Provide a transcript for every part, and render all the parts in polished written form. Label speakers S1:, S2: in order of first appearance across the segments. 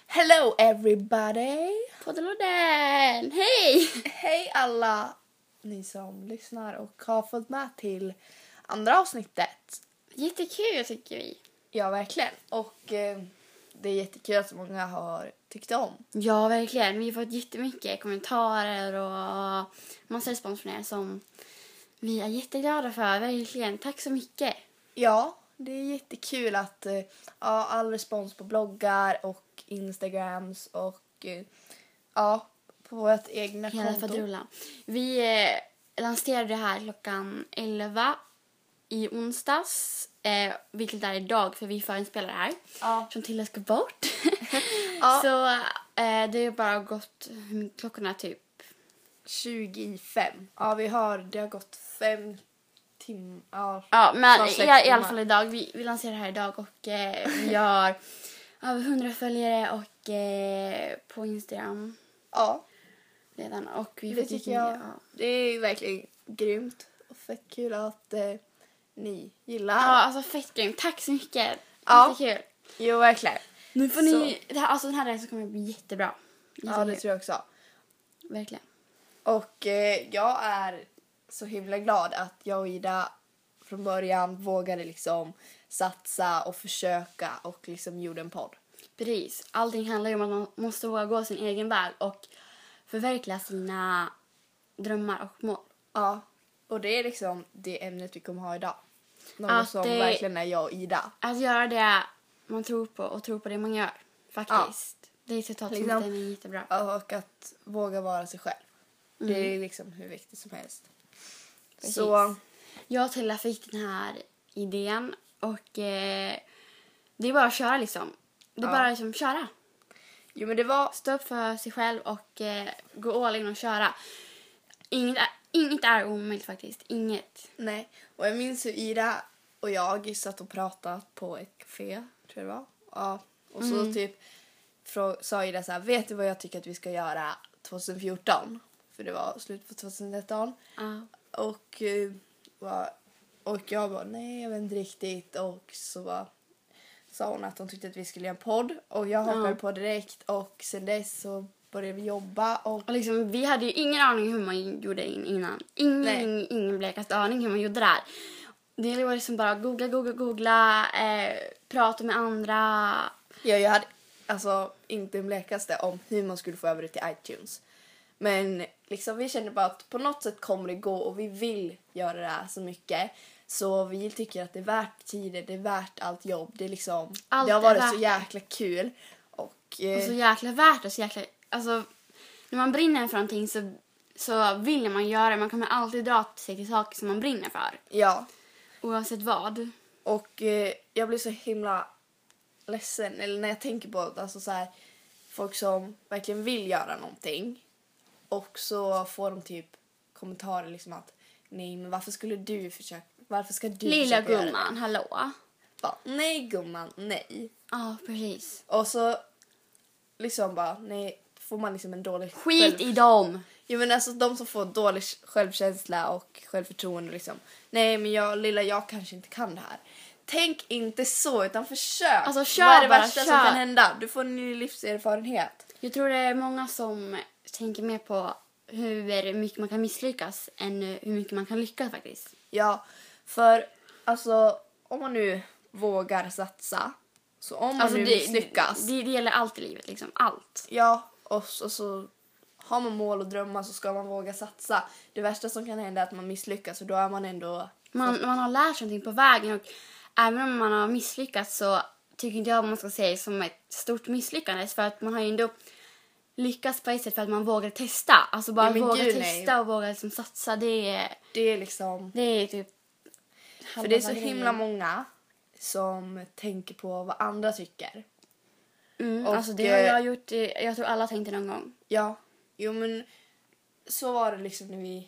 S1: Hello everybody!
S2: Poddelodden! Hej!
S1: Hej alla ni som lyssnar och har följt med till andra avsnittet.
S2: Jättekul tycker vi.
S1: Ja, verkligen. Och det är jättekul att så många har tyckt om.
S2: Ja, verkligen. Vi har fått jättemycket kommentarer och massa respons från er som vi är jätteglada för. Verkligen. Tack så mycket.
S1: Ja, det är jättekul att all respons på bloggar och Instagrams och på vårt egna
S2: Hela
S1: konto.
S2: faderullan. Vi lanserade det här klockan 11 i onsdags. Vilket är idag för vi förinspelar det här.
S1: Ja.
S2: Som Tilda ska bort.
S1: Ja.
S2: Så det har bara gått, klockan är typ
S1: 25. Ja, det har gått 5 timmar.
S2: Ja, men
S1: snart 6
S2: i alla
S1: timmar.
S2: fall idag. Vi lanserar det här idag och vi har över 100 följare och på Instagram
S1: Ja.
S2: redan. Och vi
S1: Det
S2: får
S1: tycker jag. Det är verkligen grymt och fett kul att ni gillar.
S2: Ja, alltså fett grymt. Tack så mycket.
S1: Ja.
S2: Jättekul.
S1: Jo, verkligen.
S2: Nu får ni, den här resan kommer bli jättebra.
S1: Ja, det tror jag också.
S2: Verkligen.
S1: Och jag är så himla glad att jag och Ida från början vågade liksom satsa och försöka och liksom gjorde en podd.
S2: Precis. Allting handlar ju om att man måste våga gå sin egen väg och förverkliga sina drömmar och mål.
S1: Ja, och det är liksom det ämnet vi kommer ha idag. Något
S2: Att
S1: som verkligen är jag och Ida.
S2: Att göra det man tror på och tro på det man gör. Faktiskt. Det är ett citat som
S1: Liksom.
S2: stämmer jättebra.
S1: Och att våga vara sig själv. Det är liksom hur viktigt som helst.
S2: Precis.
S1: Så
S2: Jag och Tilla fick den här idén och det är bara att köra liksom. Det är bara liksom köra.
S1: jo, men det var
S2: Stå upp för sig själv och gå all in och köra. Inget är omöjligt faktiskt. Inget.
S1: nej. Och jag minns hur Ida och jag satt och pratade på ett café, tror jag det var. Ja. Och så typ sa Ida så här: vet du vad jag tycker att vi ska göra 2014? För det var slut på 2013.
S2: Ja.
S1: Och jag bara, nej, jag vet inte riktigt. Och så sa hon att hon tyckte att vi skulle göra en podd. Och jag hakade på direkt. Och sen dess så började vi jobba. Och
S2: liksom, vi hade ju ingen aning hur man gjorde innan. Ingen blekaste aning hur man gjorde det här. Det var liksom bara googla, prata med andra.
S1: jag hade alltså inte en blekaste om hur man skulle få över det till iTunes. Men liksom vi kände bara att på något sätt kommer det gå och vi vill göra det här så mycket. Så vi tycker att det är värt tiden, det är värt allt jobb. Det är liksom,
S2: Allt
S1: det har
S2: är
S1: varit
S2: värt
S1: så
S2: det.
S1: jäkla kul. Och
S2: Så jäkla värt och så jäkla... Alltså, när man brinner för någonting så vill man göra det. Man kommer alltid dra sig till saker som man brinner för.
S1: ja.
S2: Oavsett vad.
S1: Och jag blir så himla ledsen. Eller när jag tänker på det, alltså så här, folk som verkligen vill göra någonting. Och så får de typ kommentarer liksom att nej, men varför skulle du försöka? Varför ska du
S2: Lilla
S1: försöka göra det?
S2: gumman, hallå?
S1: Bara, nej gumman, nej.
S2: Ja, precis.
S1: Och så liksom bara, nej, får man liksom en dålig
S2: Skit i dem.
S1: Jo, men alltså de som får dålig självkänsla och självförtroende liksom. Nej, men jag kanske inte kan det här. Tänk inte så, utan försök.
S2: Alltså, kör
S1: Vad är det
S2: bara,
S1: värsta som
S2: kör.
S1: kan hända? Du får en ny livserfarenhet.
S2: Jag tror det är många som tänker mer på hur mycket man kan misslyckas än hur mycket man kan lyckas faktiskt.
S1: Ja, för alltså om man nu vågar satsa, så om man nu misslyckas.
S2: Det gäller allt i livet, liksom. Allt.
S1: Ja, och så har man mål och drömmar så ska man våga satsa. Det värsta som kan hända är att man misslyckas och då är man ändå...
S2: Man har lärt sig någonting på vägen och även om man har misslyckats så tycker inte jag man ska säga som ett stort misslyckande för att man har ju ändå lyckats på ett sätt för att man vågar testa. Alltså bara våga testa och våga liksom satsa. Det är
S1: liksom...
S2: Det är typ...
S1: För det är så himla många som tänker på vad andra tycker.
S2: Och, alltså det har jag gjort. Jag tror alla tänkte någon gång.
S1: Ja, jo men så var det liksom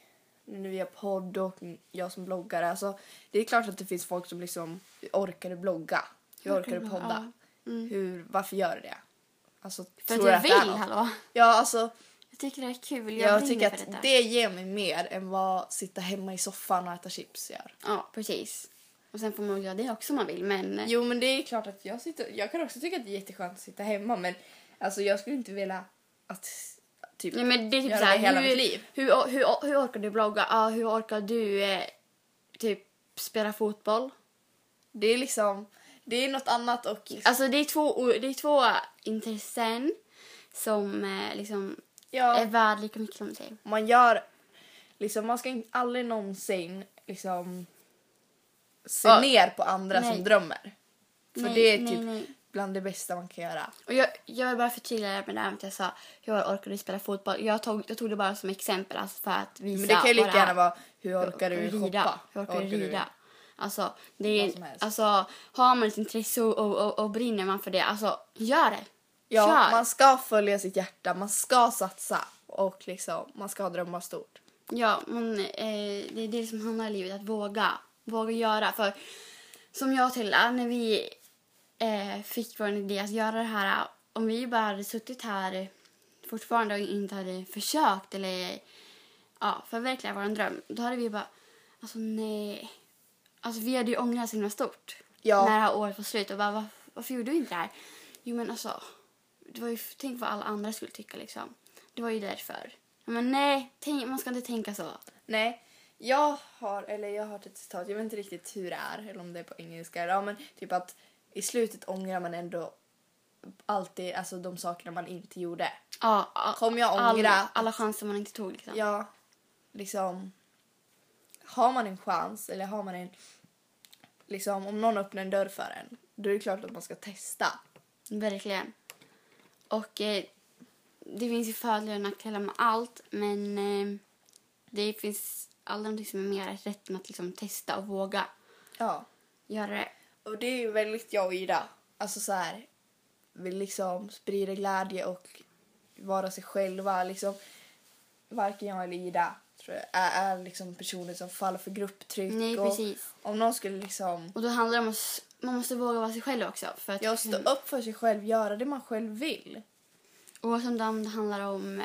S1: när vi har podd och jag som bloggare. Alltså, det är klart att det finns folk som liksom orkar blogga. Hur orkar du podda? Varför gör du det? Alltså,
S2: för att jag vill, hallå.
S1: Ja, alltså...
S2: Jag tycker det är kul.
S1: Jag tycker att det ger mig mer än vad sitta hemma i soffan och äta chips gör.
S2: Ja, precis. Och sen får man göra det också om man vill, men...
S1: Jo, men det är klart att jag kan också tycka att det är jätteskönt att sitta hemma, men Alltså jag skulle inte vilja att typ
S2: Nej, men det är typ
S1: göra
S2: så här,
S1: det hela mitt liv.
S2: hur orkar du blogga? Ja, hur orkar du typ spela fotboll?
S1: Det är liksom, det är något annat och
S2: Alltså det är två intressen som liksom
S1: ja,
S2: är värd lika mycket som sig.
S1: man gör liksom, man ska aldrig någonsin liksom se
S2: Ja.
S1: ner på andra
S2: Nej.
S1: som drömmer. För
S2: Nej,
S1: det är
S2: nej,
S1: typ
S2: nej.
S1: bland det bästa man kan göra.
S2: Och jag vill bara förtydliga med det här att jag sa hur orkar du spela fotboll. Jag tog det bara som exempel alltså för att visa.
S1: Men det kan ju
S2: vad
S1: lika gärna
S2: är.
S1: vara hur orkar du
S2: rida.
S1: hoppa?
S2: Hur orkar du rida? Alltså, det
S1: Vad som
S2: är,
S1: helst.
S2: alltså, har man ett intresse och brinner man för det, alltså gör det.
S1: Ja,
S2: Kör.
S1: man ska följa sitt hjärta, man ska satsa och liksom, man ska drömma stort.
S2: Ja, men det är det som handlar i livet, att våga göra. För som jag till när vi fick vår idé att göra det här, om vi bara hade suttit här fortfarande och inte hade försökt eller förverkliga vår dröm, då hade vi bara, alltså nej. Alltså vi hade ju ångrat så himla stort
S1: Ja.
S2: när det här året var slut och bara, varför gjorde du inte det här? Jo men alltså, det var ju, tänk vad alla andra skulle tycka liksom. Det var ju därför. Men nej, man ska inte tänka så.
S1: Nej, jag har hört ett citat, jag vet inte riktigt hur det är, eller om det är på engelska. Ja, men typ att i slutet ångrar man ändå alltid alltså de sakerna man inte gjorde.
S2: Ja,
S1: Kommer jag ångra
S2: alla chanser man inte tog liksom.
S1: Ja, liksom har man en chans eller har man en liksom om någon öppnar en dörr för en, då är det klart att man ska testa.
S2: Verkligen. Och det finns ju fördelar och nackdelar med allt, men det finns aldrig någonting som är mer rätt än att liksom testa och våga
S1: Ja.
S2: göra det.
S1: Och det är ju väldigt jag och Ida. Alltså så här, vill liksom sprida glädje och vara sig själva. Liksom, varken jag eller Ida tror jag är liksom personer som faller för grupptryck.
S2: Nej,
S1: och
S2: precis.
S1: om någon skulle liksom
S2: Och då handlar det om att man måste våga vara sig själv också. För att
S1: stå upp för sig själv, göra det man själv vill.
S2: oavsett om det handlar om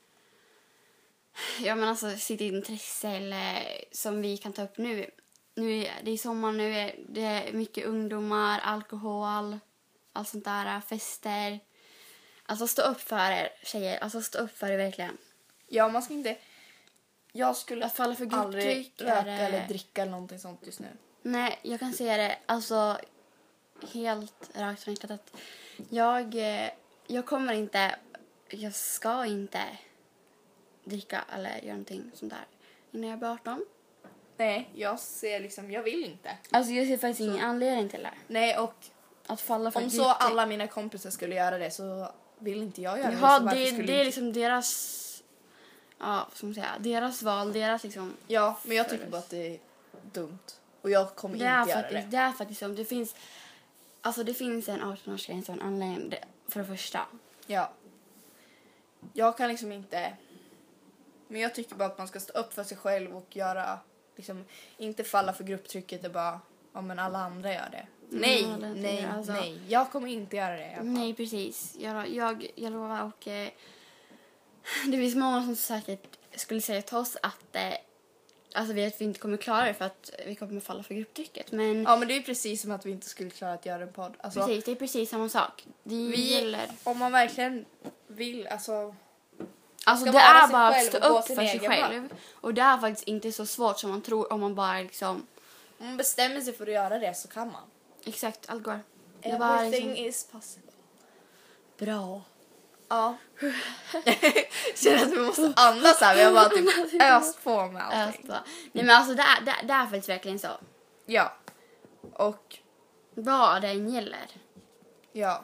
S2: alltså sitt intresse eller som vi kan ta upp nu. Nu är det är sommar, nu är det mycket ungdomar, alkohol, allt sånt där, fester. Alltså stå upp för er tjejer, alltså stå upp för er verkligen.
S1: Ja, man ska inte... Jag skulle
S2: Att falla för
S1: aldrig
S2: grupptryck
S1: röka
S2: är-
S1: eller dricka eller någonting sånt just nu.
S2: Nej, jag kan säga det alltså helt rakt och enkelt att jag kommer inte, jag ska inte dricka eller göra någonting sånt där innan jag blir 18.
S1: Nej, jag ser liksom... Jag vill inte.
S2: Alltså jag ser faktiskt ingen anledning till det.
S1: Nej, och
S2: Att falla för
S1: om så
S2: grupptryck.
S1: alla mina kompisar skulle göra det så vill inte jag göra
S2: Ja,
S1: det. Så
S2: det
S1: varför skulle
S2: är
S1: inte-
S2: liksom deras, vad ska man säga, deras val, deras liksom.
S1: Ja, men jag tycker bara att det är dumt. Och jag kommer
S2: Det är
S1: inte göra
S2: faktiskt,
S1: det.
S2: det är faktiskt så. Det finns en 18-årsgräns och en anledning för det första.
S1: Ja. Jag kan liksom inte... Men jag tycker bara att man ska stå upp för sig själv och göra... Liksom, inte falla för grupptrycket och bara... Ja, men alla andra gör det. Nej,
S2: ja, det är
S1: nej,
S2: det, alltså.
S1: nej. Jag kommer inte göra det.
S2: Nej, precis. Jag lovar. Och det finns många som säkert skulle säga till oss att vi inte kommer klara det för att vi kommer falla för grupptrycket. Men
S1: Ja, men det är ju precis som att vi inte skulle klara att göra en podd. Alltså,
S2: precis, det är precis samma sak. Det gäller...
S1: om man verkligen vill, alltså...
S2: Alltså
S1: ska
S2: det
S1: vara
S2: är
S1: sig
S2: bara att
S1: själv
S2: stå
S1: och gå
S2: upp
S1: sin
S2: för sig
S1: egen
S2: själv. Och det är faktiskt inte så svårt som man tror om man bara liksom...
S1: Om man bestämmer sig för att göra det så kan man.
S2: Exakt, allt går. Det är bara
S1: Everything
S2: liksom...
S1: is possible.
S2: Bra.
S1: Ja. Känner att vi måste andas här. Vi har bara typ öst på med allting.
S2: Nej men alltså det är faktiskt verkligen så.
S1: Ja. Och
S2: Vad det än gäller.
S1: ja.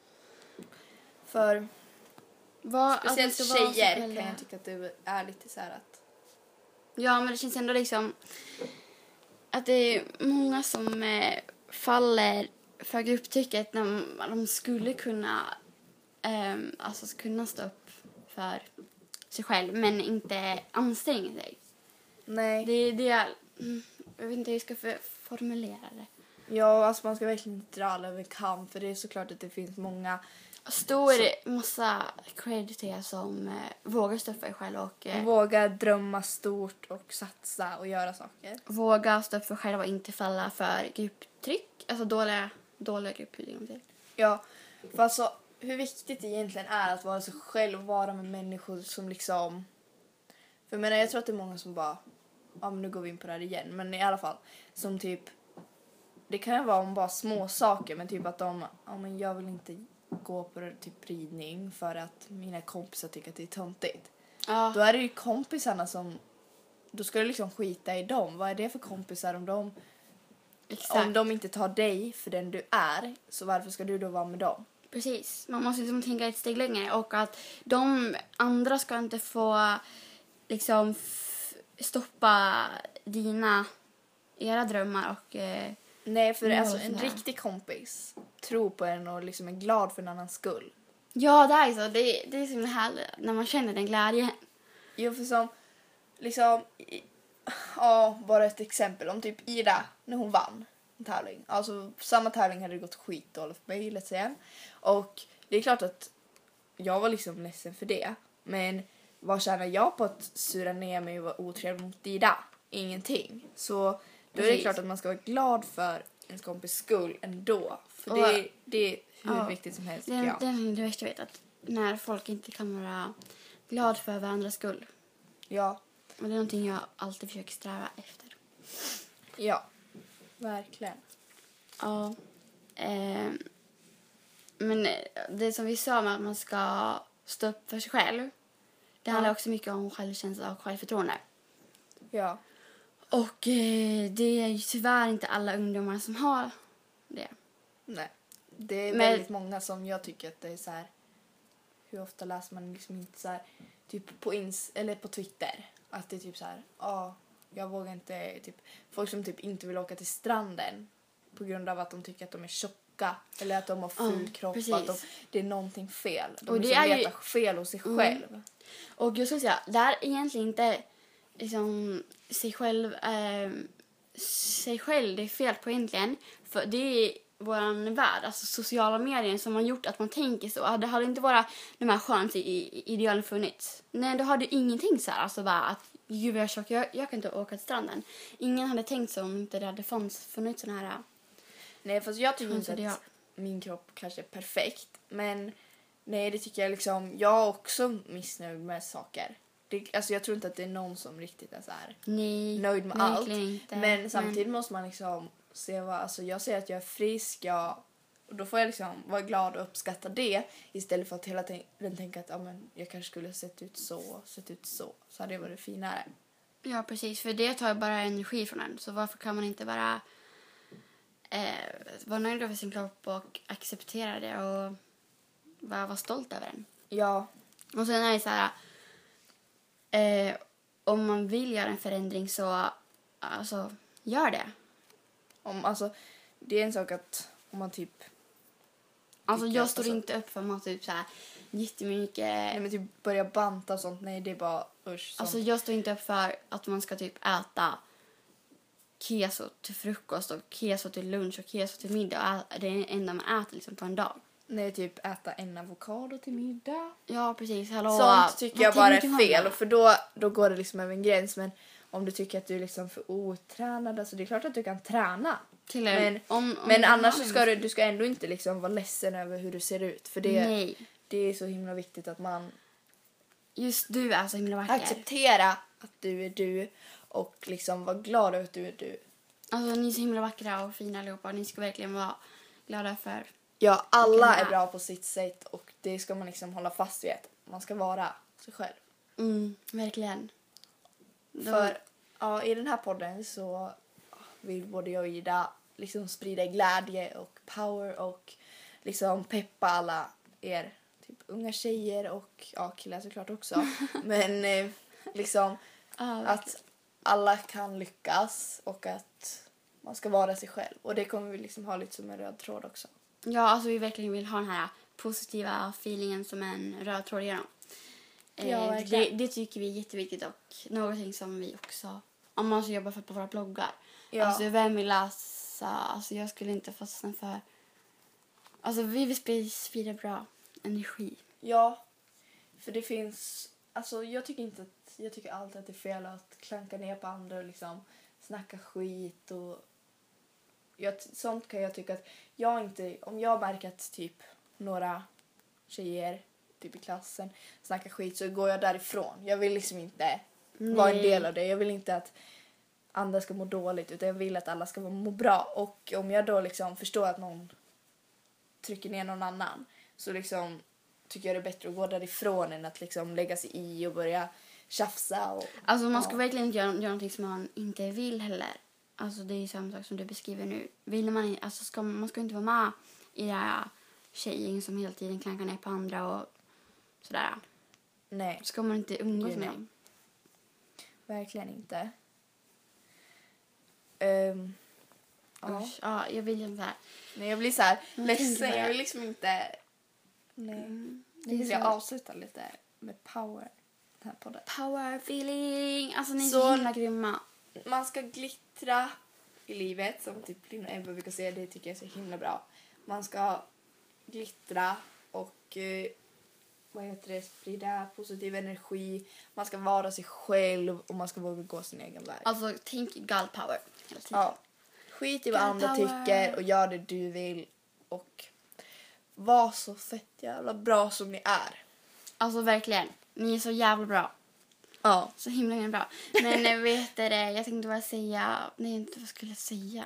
S1: För speciellt
S2: ska vara sig
S1: tjejer
S2: själva.
S1: kan jag tycka att du är lite så här att...
S2: Ja, men det känns ändå liksom att det är många som faller för grupptrycket när de skulle kunna kunna stå upp för sig själv men inte anstränga sig.
S1: Nej.
S2: Jag vet inte hur jag ska formulera det.
S1: Ja, alltså man ska verkligen inte dra alla över kam. För det är såklart att det finns många...
S2: Stor massa cred till er som vågar stå upp för sig själv och
S1: Våga drömma stort och satsa och göra saker.
S2: våga stå upp för sig själva och inte falla för grupptryck. Alltså dåliga grupptryck.
S1: Ja, för alltså hur viktigt det egentligen är att vara sig själv och vara med människor som liksom... För jag menar, jag tror att det är många som bara... Ja, men nu går vi in på det här igen. Men i alla fall, som typ... Det kan ju vara om bara små saker, men typ att de... Ja, men jag vill inte gå på typ ridning för att mina kompisar tycker att det är töntigt.
S2: Ja,
S1: Då är det ju kompisarna som... Då ska du liksom skita i dem. Vad är det för kompisar om
S2: exakt.
S1: de inte tar dig för den du är? Så varför ska du då vara med dem?
S2: Precis. Man måste liksom tänka ett steg längre. Och att de andra ska inte få liksom stoppa era drömmar och...
S1: Nej, för
S2: Ja,
S1: alltså, en
S2: sådär.
S1: riktig kompis tror på en och liksom är glad för en annans skull.
S2: Ja, det är så. Det är så himla härligt när man känner den glädjen.
S1: Jo, för som... Liksom... Ja, bara ett exempel. Om typ Ida, när hon vann en tävling. Alltså, samma tävling hade det gått skitdåligt för mig, let's säga. Och det är klart att jag var liksom ledsen för det. Men vad tjänar jag på att sura ner mig och vara otrevlig mot Ida? Ingenting. Så då är det
S2: Precis.
S1: klart att man ska vara glad för ens kompis skull ändå. För
S2: Och-
S1: det är hur
S2: Ja.
S1: viktigt som helst,
S2: Det
S1: tycker
S2: är
S1: jag.
S2: det värsta jag vet. Att när folk inte kan vara glad för varandras skull.
S1: Ja,
S2: Och det är någonting jag alltid försöker sträva efter.
S1: ja. Verkligen.
S2: Ja. Men det som vi sa med att man ska stå upp för sig själv. Det handlar också mycket om självkänsla och självförtroende.
S1: Ja.
S2: Och det är ju tyvärr inte alla ungdomar som har det.
S1: Nej. Det är
S2: Men-
S1: väldigt många som jag tycker att det är så här. Hur ofta läser man liksom inte så här typ på eller på Twitter att det är typ så här, jag vågar inte typ folk som typ inte vill åka till stranden på grund av att de tycker att de är tjocka eller att de har ful kropp,
S2: precis.
S1: att det är någonting fel. De
S2: Och det
S1: liksom
S2: är ju-
S1: letar fel hos sig själv.
S2: Och jag skulle säga, det är egentligen inte liksom, sig själv det är fel på egentligen. För det är våran värld, alltså sociala medier som har gjort att man tänker så. Det hade inte bara de här skönhetsidealen funnits. Nej, då hade ingenting så här, alltså bara att gud vad jag är tjock, jag kan inte åka till stranden. Ingen hade tänkt så om inte det hade funnits såna här...
S1: Nej, fast jag tycker inte
S2: Skönhetsideal.
S1: att min kropp kanske är perfekt, men nej, det tycker jag liksom, jag är också missnöjd med saker. Alltså jag tror inte att det är någon som riktigt är så här
S2: Nej,
S1: nöjd med allt.
S2: verkligen inte.
S1: Men samtidigt måste man liksom se vad, alltså jag säger att jag är frisk, och då får jag liksom vara glad och uppskatta det istället för att hela tiden tänka att men jag kanske skulle ha sett ut så hade det varit finare.
S2: Ja, precis. För det tar bara energi från en. Så varför kan man inte bara vara nöjd över sin kropp och acceptera det och bara vara stolt över den?
S1: Ja,
S2: Och sen är det så här... om man vill göra en förändring så alltså, gör det.
S1: alltså det är en sak att om man typ
S2: Alltså,
S1: Tycker
S2: jag
S1: jag,
S2: står
S1: alltså-
S2: inte upp för man typ så här jättemycket...
S1: nej, men typ börja banta och sånt, nej det är bara usch sånt.
S2: Alltså, jag står inte upp för att man ska typ äta keso till frukost och keso till lunch och keso till middag. Det är det enda man äter liksom på en dag.
S1: Nej, typ äta en avokado till middag.
S2: Ja, precis. Hallå.
S1: Sånt tycker
S2: Vad
S1: jag bara
S2: tänker
S1: är
S2: man
S1: fel.
S2: då?
S1: För då går det liksom över en gräns. Men om du tycker att du är liksom för otränad, alltså det är klart att du kan träna.
S2: Till
S1: Men,
S2: om
S1: men
S2: du
S1: annars
S2: har
S1: så
S2: en-
S1: ska du ska ändå inte liksom vara ledsen över hur du ser ut. För
S2: Nej,
S1: det är så himla viktigt att man
S2: just du är så himla vacker.
S1: accepterar att du är du och liksom vara glad över att du är du.
S2: Alltså, ni är så himla vackra och fina allihopa. Ni ska verkligen vara glada för...
S1: Ja, alla
S2: Vilken
S1: är
S2: är.
S1: bra på sitt sätt och det ska man liksom hålla fast vid. Man ska vara sig själv.
S2: Verkligen.
S1: För ja, i den här podden så vill både jag och Ida liksom sprida glädje och power och liksom peppa alla er typ unga tjejer och killar såklart också. Men liksom att alla kan lyckas och att man ska vara sig själv. Och det kommer vi liksom ha lite som en röd tråd också.
S2: Ja, alltså vi verkligen vill ha den här positiva feelingen som en röd tråd igenom.
S1: Ja, verkligen.
S2: Det tycker vi är jätteviktigt och någonting som vi också, om man ska jobba för på våra bloggar.
S1: Ja.
S2: Alltså vem vill läsa, alltså jag skulle inte fastna för, alltså vi vill sprida bra energi.
S1: Ja, för det finns, alltså jag tycker alltid att det är fel att klanka ner på andra och liksom snacka skit och sånt kan jag tycka att jag inte, om jag märker att typ några tjejer typ i klassen snackar skit så går jag därifrån. Jag vill liksom inte vara en del av det. Jag vill inte att andra ska må dåligt utan jag vill att alla ska må bra. Och om jag då liksom förstår att någon trycker ner någon annan så liksom tycker jag det är bättre att gå därifrån än att liksom lägga sig i och börja tjafsa. Och,
S2: Alltså man ska verkligen inte göra någonting som man inte vill heller. Alltså det är ju samma sak som du beskriver nu. Vill man alltså man ska inte vara med i det här tjejen som hela tiden klankar ner på andra och sådär.
S1: Nej.
S2: Ska man inte umgås med dem?
S1: Verkligen inte. Ja.
S2: Usch, ja, jag vill inte så här.
S1: Nej, jag blir så här ledsen.
S2: bara-
S1: Jag vill liksom inte... Nej. Nu vill jag avsluta lite med power. Den här podden.
S2: Power feeling. Alltså ni är
S1: Så-
S2: så himla grymma.
S1: Man ska glittra i livet. Som typ Lina och Ebba brukar säga. Det tycker jag är så himla bra. Man ska glittra och... sprida positiv energi. Man ska vara sig själv och man ska våga gå sin egen väg.
S2: Alltså tänk girl power hela tiden.
S1: Ja. Skit i vad
S2: Girl
S1: andra
S2: power.
S1: tycker och gör det du vill. Och var så fett jävla bra som ni är.
S2: Alltså verkligen. Ni är så jävla bra.
S1: Ja.
S2: Så himla bra. Men vet du det, jag tänkte bara säga... Nej, inte vad skulle jag säga?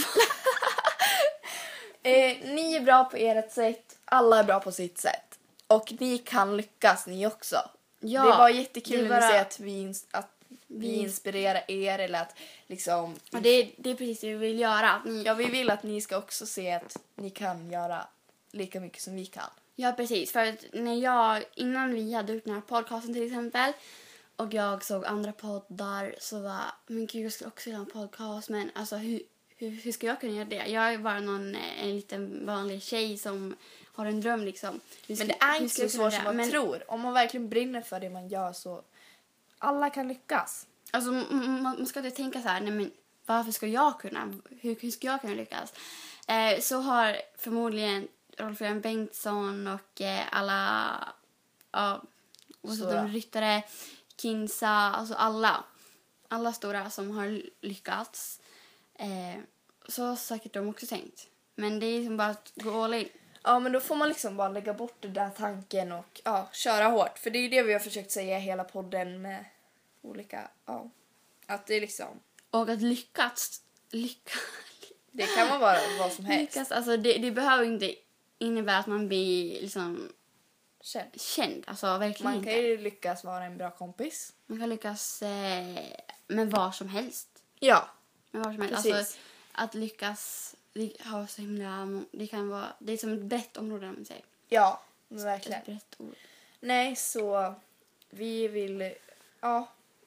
S1: Ni är bra på ert sätt. Alla är bra på sitt sätt. Och ni kan lyckas ni också.
S2: Ja,
S1: det var jättekul
S2: det är
S1: när
S2: bara-
S1: ni säger att vi inspirerar er. Eller att liksom...
S2: Och det är precis det vi vill göra. Att ni,
S1: Ja, vi vill att ni ska också se att ni kan göra lika mycket som vi kan.
S2: ja, precis. För att innan vi hade gjort den här podcasten till exempel och jag såg andra poddar så var men gud, jag skulle också göra en podcast. Men alltså hur ska jag kunna göra det? Jag är bara en liten vanlig tjej som har en dröm liksom.
S1: Men det är inte så svårt som man tror. Om man verkligen brinner för det man gör så alla kan lyckas.
S2: Alltså man ska inte tänka så här, nej men varför ska jag kunna? Hur ska jag kunna lyckas? Så har förmodligen Rolf-Göran Bengtsson och alla de ryttare, Kinsa, alltså alla stora som har lyckats. Så har säkert de också tänkt. Men det är liksom bara att gå all in.
S1: Ja, men då får man liksom bara lägga bort den där tanken och köra hårt. För det är ju det vi har försökt säga hela podden med olika, att det är liksom...
S2: Och att lyckas.
S1: Det kan man vara vad som helst.
S2: Lyckas, alltså det behöver inte innebära att man blir liksom känd. Alltså verkligen
S1: Man
S2: inte.
S1: kan ju lyckas vara en bra kompis.
S2: Man kan lyckas med vad som helst.
S1: Ja,
S2: Med vad som helst.
S1: precis.
S2: Alltså att lyckas, det har så himla, det är som ett brett område om man säger.
S1: Ja, verkligen.
S2: Ett brett ord.
S1: Nej, så vi vill